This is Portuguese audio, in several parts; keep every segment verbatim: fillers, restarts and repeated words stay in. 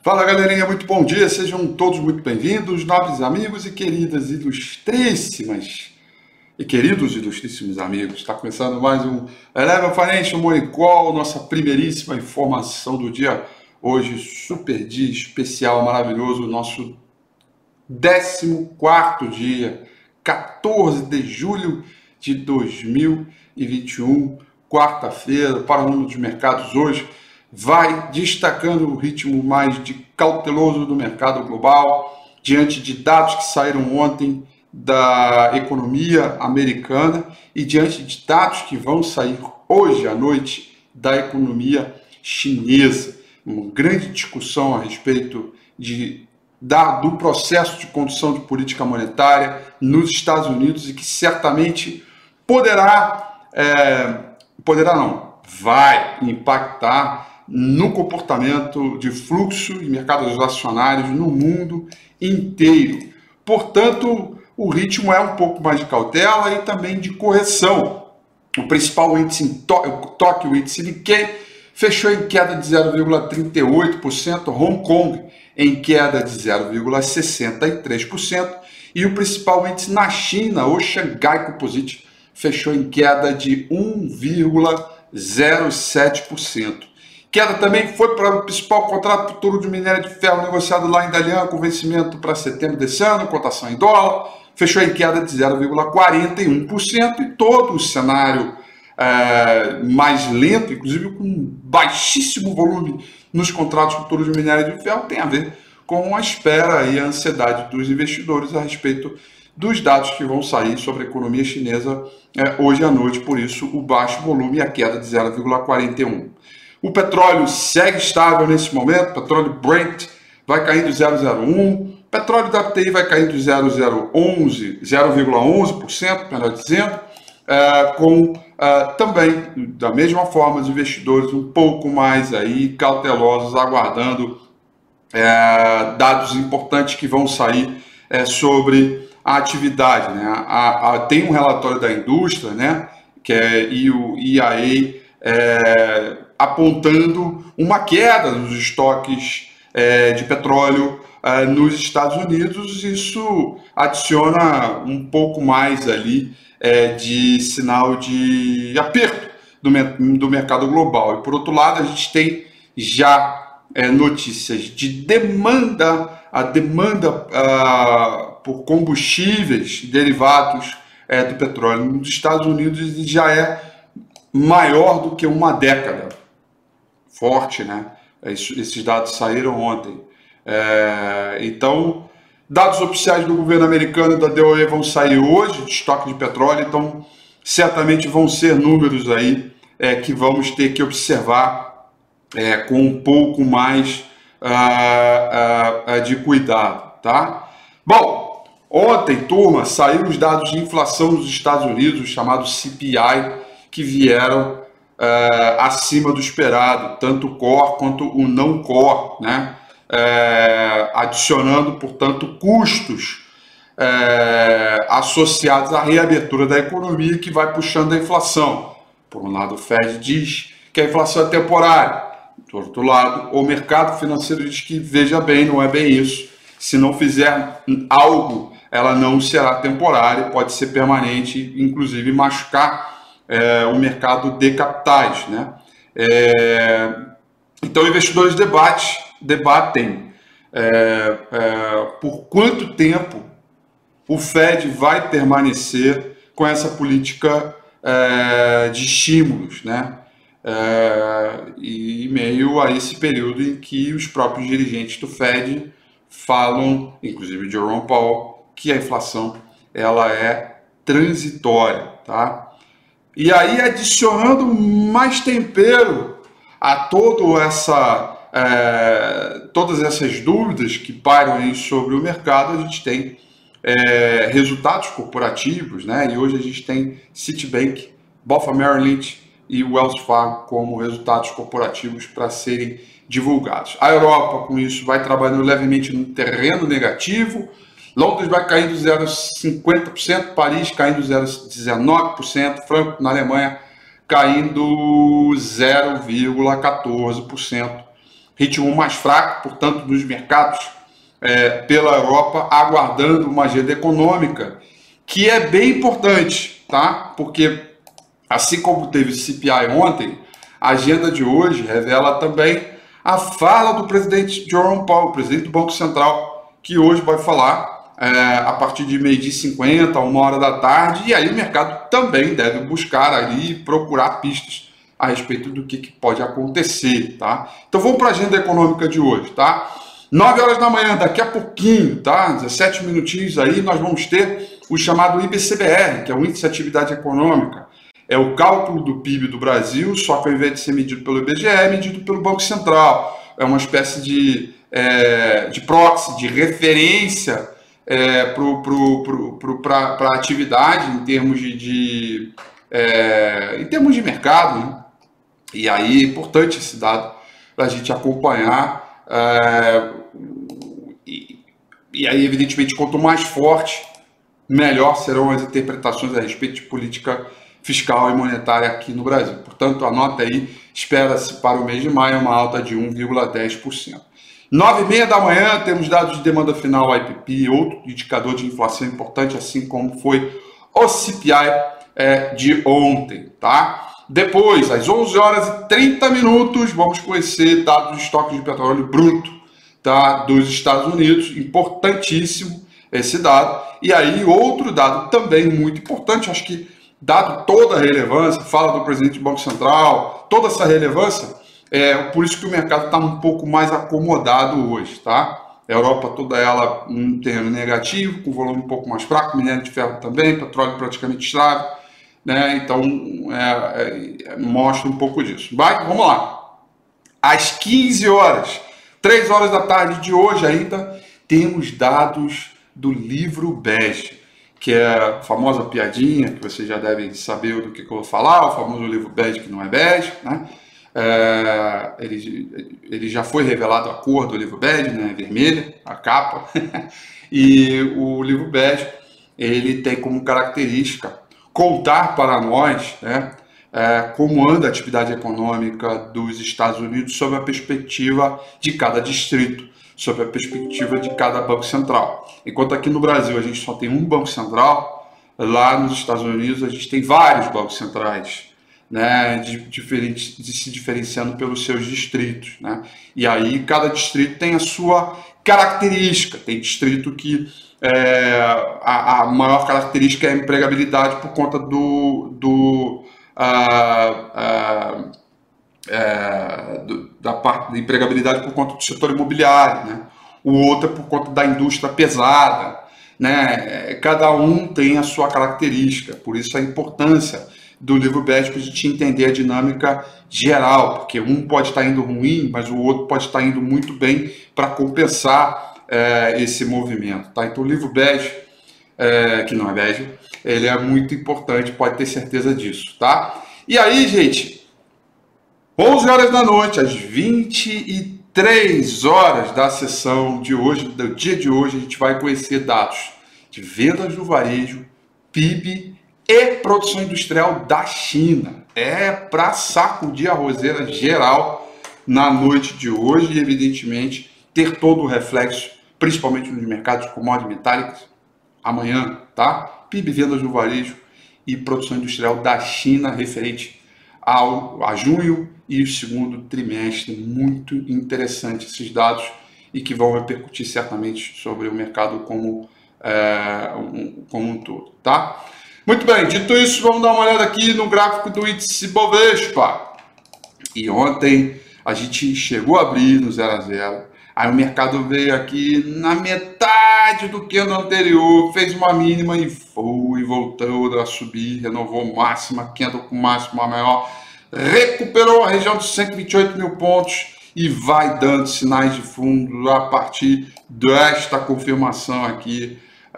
Fala galerinha, muito bom dia, sejam todos muito bem-vindos, nobres amigos e queridas ilustríssimas e queridos ilustríssimos amigos. Está começando mais um Eleven Financial Morning Call, nossa primeiríssima informação do dia. Hoje, super dia especial, maravilhoso, nosso décimo quarto dia, quatorze de julho de dois mil e vinte e um, quarta-feira, para o número dos mercados hoje. Vai destacando o ritmo mais de cauteloso do mercado global, diante de dados que saíram ontem da economia americana e diante de dados que vão sair hoje à noite da economia chinesa. Uma grande discussão a respeito de, da, do processo de condução de política monetária nos Estados Unidos e que certamente poderá, é, poderá não, vai impactar no comportamento de fluxo e mercados acionários no mundo inteiro. Portanto, o ritmo é um pouco mais de cautela e também de correção. O principal índice em Tóquio, o índice Nikkei, fechou em queda de zero vírgula trinta e oito por cento, Hong Kong em queda de zero vírgula sessenta e três por cento e o principal índice na China, o Xangai Composite, fechou em queda de um vírgula zero sete por cento. Queda também foi para o principal contrato futuro de minério de ferro negociado lá em Dalian, com vencimento para setembro desse ano, cotação em dólar, fechou em queda de zero vírgula quarenta e um por cento e todo o cenário é, mais lento, inclusive com baixíssimo volume nos contratos futuros de minério de ferro, tem a ver com a espera e a ansiedade dos investidores a respeito dos dados que vão sair sobre a economia chinesa é, hoje à noite, por isso o baixo volume e a queda de zero vírgula quarenta e um por cento. O petróleo segue estável nesse momento, petróleo Brent vai caindo zero vírgula zero um, petróleo da W T I vai caindo zero vírgula onze por cento, melhor dizendo, é, com é, também, da mesma forma, os investidores um pouco mais aí cautelosos, aguardando é, dados importantes que vão sair é, sobre a atividade, né? A, a, tem um relatório da indústria, né, que é o I A E, é, apontando uma queda nos estoques é, de petróleo é, nos Estados Unidos. Isso adiciona um pouco mais ali é, de sinal de aperto do, do mercado global. E por outro lado, a gente tem já é, notícias de demanda, a demanda a, por combustíveis derivados é, do petróleo nos Estados Unidos já é maior do que uma década. Forte, né? Esses dados saíram ontem. É, então, dados oficiais do governo americano e da D O E vão sair hoje, de estoque de petróleo, então certamente vão ser números aí é, que vamos ter que observar é, com um pouco mais uh, uh, de cuidado, tá? Bom, ontem, turma, saíram os dados de inflação dos Estados Unidos, chamados C P I, que vieram Uh, acima do esperado, tanto o core quanto o não core, né? Uh, adicionando, portanto, custos uh, associados à reabertura da economia que vai puxando a inflação. Por um lado, o Fed diz que a inflação é temporária, do outro lado, o mercado financeiro diz que, veja bem, não é bem isso. Se não fizer algo, ela não será temporária, pode ser permanente, inclusive machucar É, o mercado de capitais, né? É, então, investidores debate, debatem é, é, por quanto tempo o Fed vai permanecer com essa política é, de estímulos, né? É, e em meio a esse período em que os próprios dirigentes do Fed falam, inclusive Jerome Powell, que a inflação ela é transitória, tá? E aí, adicionando mais tempero a toda essa, é, todas essas dúvidas que pairam aí sobre o mercado, a gente tem é, resultados corporativos, né? E hoje a gente tem Citibank, Bank of America e Wells Fargo como resultados corporativos para serem divulgados. A Europa, com isso, vai trabalhando levemente no terreno negativo. Londres vai caindo zero vírgula cinquenta por cento, Paris caindo zero vírgula dezenove por cento, Frankfurt, na Alemanha, caindo zero vírgula quatorze por cento. ritmo mais fraco, portanto, dos mercados é, pela Europa, aguardando uma agenda econômica, que é bem importante, tá? Porque, assim como teve C P I ontem, a agenda de hoje revela também a fala do presidente Jerome Powell, presidente do Banco Central, que hoje vai falar é, a partir de meio-dia e cinquenta, uma hora da tarde, e aí o mercado também deve buscar ali, procurar pistas a respeito do que, que pode acontecer, tá? Então vamos para a agenda econômica de hoje, tá? nove horas da manhã, daqui a pouquinho, tá? dezessete minutinhos aí, nós vamos ter o chamado I B C B R, que é o Índice de Atividade Econômica. É o cálculo do P I B do Brasil, só que ao invés de ser medido pelo I B G E, é medido pelo Banco Central. É uma espécie de, é, de proxy, de referência é, para a atividade em termos de, de, é, em termos de mercado, né? E aí é importante esse dado para a gente acompanhar. É, e, e aí, evidentemente, quanto mais forte, melhor serão as interpretações a respeito de política fiscal e monetária aqui no Brasil. Portanto, anota aí, espera-se para o mês de maio uma alta de um vírgula dez por cento. nove e meia da manhã temos dados de demanda final I P P, outro indicador de inflação importante, assim como foi o C P I é, de ontem, tá? Depois, às onze horas e trinta minutos, vamos conhecer dados de estoque de petróleo bruto, tá, dos Estados Unidos, importantíssimo esse dado. E aí, outro dado também muito importante, acho que dado toda a relevância, fala do presidente do Banco Central, toda essa relevância, é por isso que o mercado está um pouco mais acomodado hoje, tá? A Europa toda ela um terreno negativo, com volume um pouco mais fraco, minério de ferro também, petróleo praticamente estável, né? Então, é, é, mostra um pouco disso. Vai, vamos lá. Às quinze horas, três horas da tarde de hoje ainda, temos dados do livro bege, que é a famosa piadinha, que vocês já devem saber do que, que eu vou falar, o famoso livro bege que não é bege, né? É, ele, ele já foi revelado a cor do livro bege, né? Vermelha, a capa, e o livro bege, ele tem como característica contar para nós, né, é, como anda a atividade econômica dos Estados Unidos sob a perspectiva de cada distrito, sob a perspectiva de cada banco central. Enquanto aqui no Brasil a gente só tem um banco central, lá nos Estados Unidos a gente tem vários bancos centrais, né, de, diferentes, de se diferenciando pelos seus distritos, né? E aí cada distrito tem a sua característica. Tem distrito que é, a, a maior característica é a empregabilidade por conta do, do, a, a, é, do da parte da empregabilidade por conta do setor imobiliário, né? O outro é por conta da indústria pesada, né? Cada um tem a sua característica, por isso a importância do livro bege para a gente entender a dinâmica geral, porque um pode estar indo ruim, mas o outro pode estar indo muito bem para compensar é, esse movimento, tá? Então o livro bege, é, que não é bege, ele é muito importante, pode ter certeza disso, tá? E aí, gente, onze horas da noite, às vinte e três horas da sessão de hoje, do dia de hoje, a gente vai conhecer dados de vendas do varejo, P I B e produção industrial da China. É para sacudir a roseira geral na noite de hoje e, evidentemente, ter todo o reflexo, principalmente nos mercados de commodities metálicas, amanhã, tá? P I B, vendas do varejo e produção industrial da China referente ao, a junho e o segundo trimestre. Muito interessante esses dados e que vão repercutir certamente sobre o mercado como, é, um, como um todo, tá? Muito bem, dito isso, vamos dar uma olhada aqui no gráfico do índice Bovespa. E ontem a gente chegou a abrir no zero a zero. Aí o mercado veio aqui na metade do que no anterior, fez uma mínima e foi, voltou a subir, renovou máxima, candle com máxima maior, recuperou a região dos cento e vinte e oito mil pontos e vai dando sinais de fundo a partir desta confirmação aqui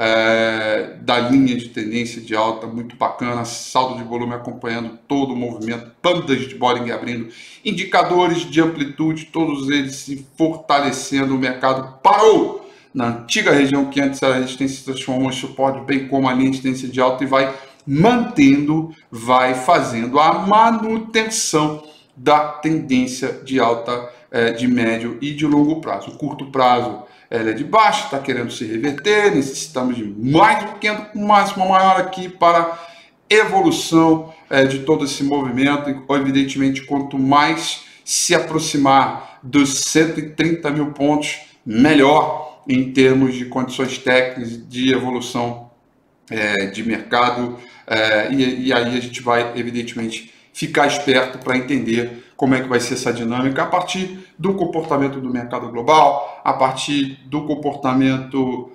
é, da linha de tendência de alta, muito bacana, saldo de volume acompanhando todo o movimento, bandas de Bollinger abrindo, indicadores de amplitude, todos eles se fortalecendo, o mercado parou na antiga região que antes era resistência, se transformou em suporte, bem como a linha de tendência de alta e vai mantendo, vai fazendo a manutenção da tendência de alta é, de médio e de longo prazo. O curto prazo ela é de baixa, está querendo se reverter, necessitamos de mais um pequeno, um máximo maior aqui para evolução é, de todo esse movimento. E, evidentemente, quanto mais se aproximar dos cento e trinta mil pontos, melhor em termos de condições técnicas de evolução é, de mercado. É, e, e aí a gente vai, evidentemente, ficar esperto para entender como é que vai ser essa dinâmica a partir do comportamento do mercado global, a partir do comportamento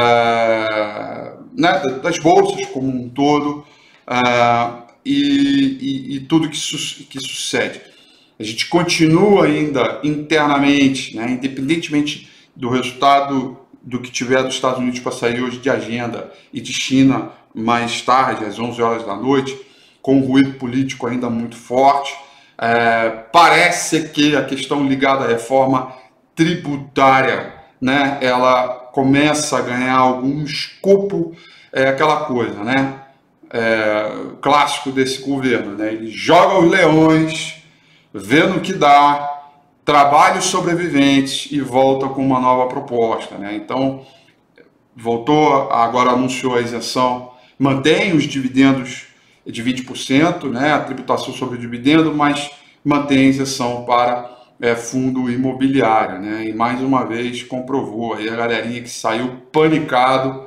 uh, né, das bolsas como um todo uh, e, e, e tudo que, su que sucede. A gente continua ainda internamente, né, independentemente do resultado do que tiver dos Estados Unidos para sair hoje de agenda e de China mais tarde, às onze horas da noite, com um ruído político ainda muito forte. É, parece que a questão ligada à reforma tributária, né, ela começa a ganhar algum escopo, é aquela coisa, né, é, clássico desse governo, né, ele joga os leões, vê no que dá, trabalha os sobreviventes e volta com uma nova proposta, né? Então, voltou, agora anunciou a isenção, mantém os dividendos de vinte por cento, né, a tributação sobre o dividendo, mas mantém a isenção para é, fundo imobiliário, né, e mais uma vez comprovou aí a galerinha que saiu panicado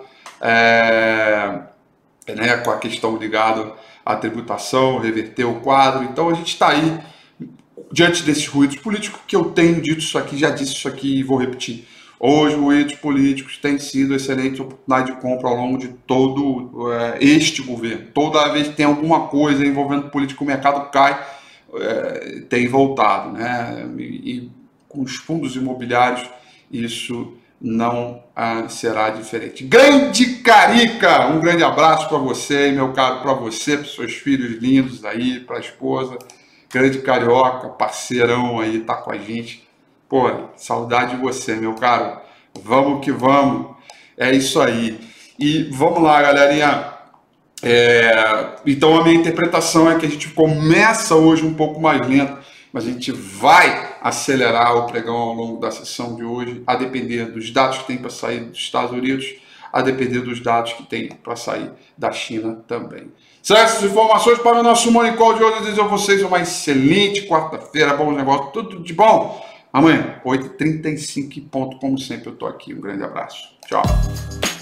é, né, com a questão ligada à tributação, reverteu o quadro. Então a gente está aí diante desses ruídos políticos, que eu tenho dito isso aqui, já disse isso aqui e vou repetir. Os ruídos políticos têm sido excelente oportunidade de compra ao longo de todo é, este governo. Toda vez que tem alguma coisa envolvendo política, o mercado cai, é, tem voltado, né? E, e com os fundos imobiliários isso não ah, será diferente. Grande Carica, um grande abraço para você, meu caro, para você, para os seus filhos lindos aí, para a esposa. Grande Carioca, parceirão aí, tá com a gente. Pô, saudade de você, meu caro. Vamos que vamos. É isso aí. E vamos lá, galerinha. É... Então, a minha interpretação é que a gente começa hoje um pouco mais lento, mas a gente vai acelerar o pregão ao longo da sessão de hoje, a depender dos dados que tem para sair dos Estados Unidos, a depender dos dados que tem para sair da China também. São essas informações para o nosso Morning Call de hoje. Eu desejo a vocês uma excelente quarta-feira, bons negócios, tudo de bom. Amanhã, oito e trinta e cinco, ponto, como sempre, eu estou aqui. Um grande abraço. Tchau.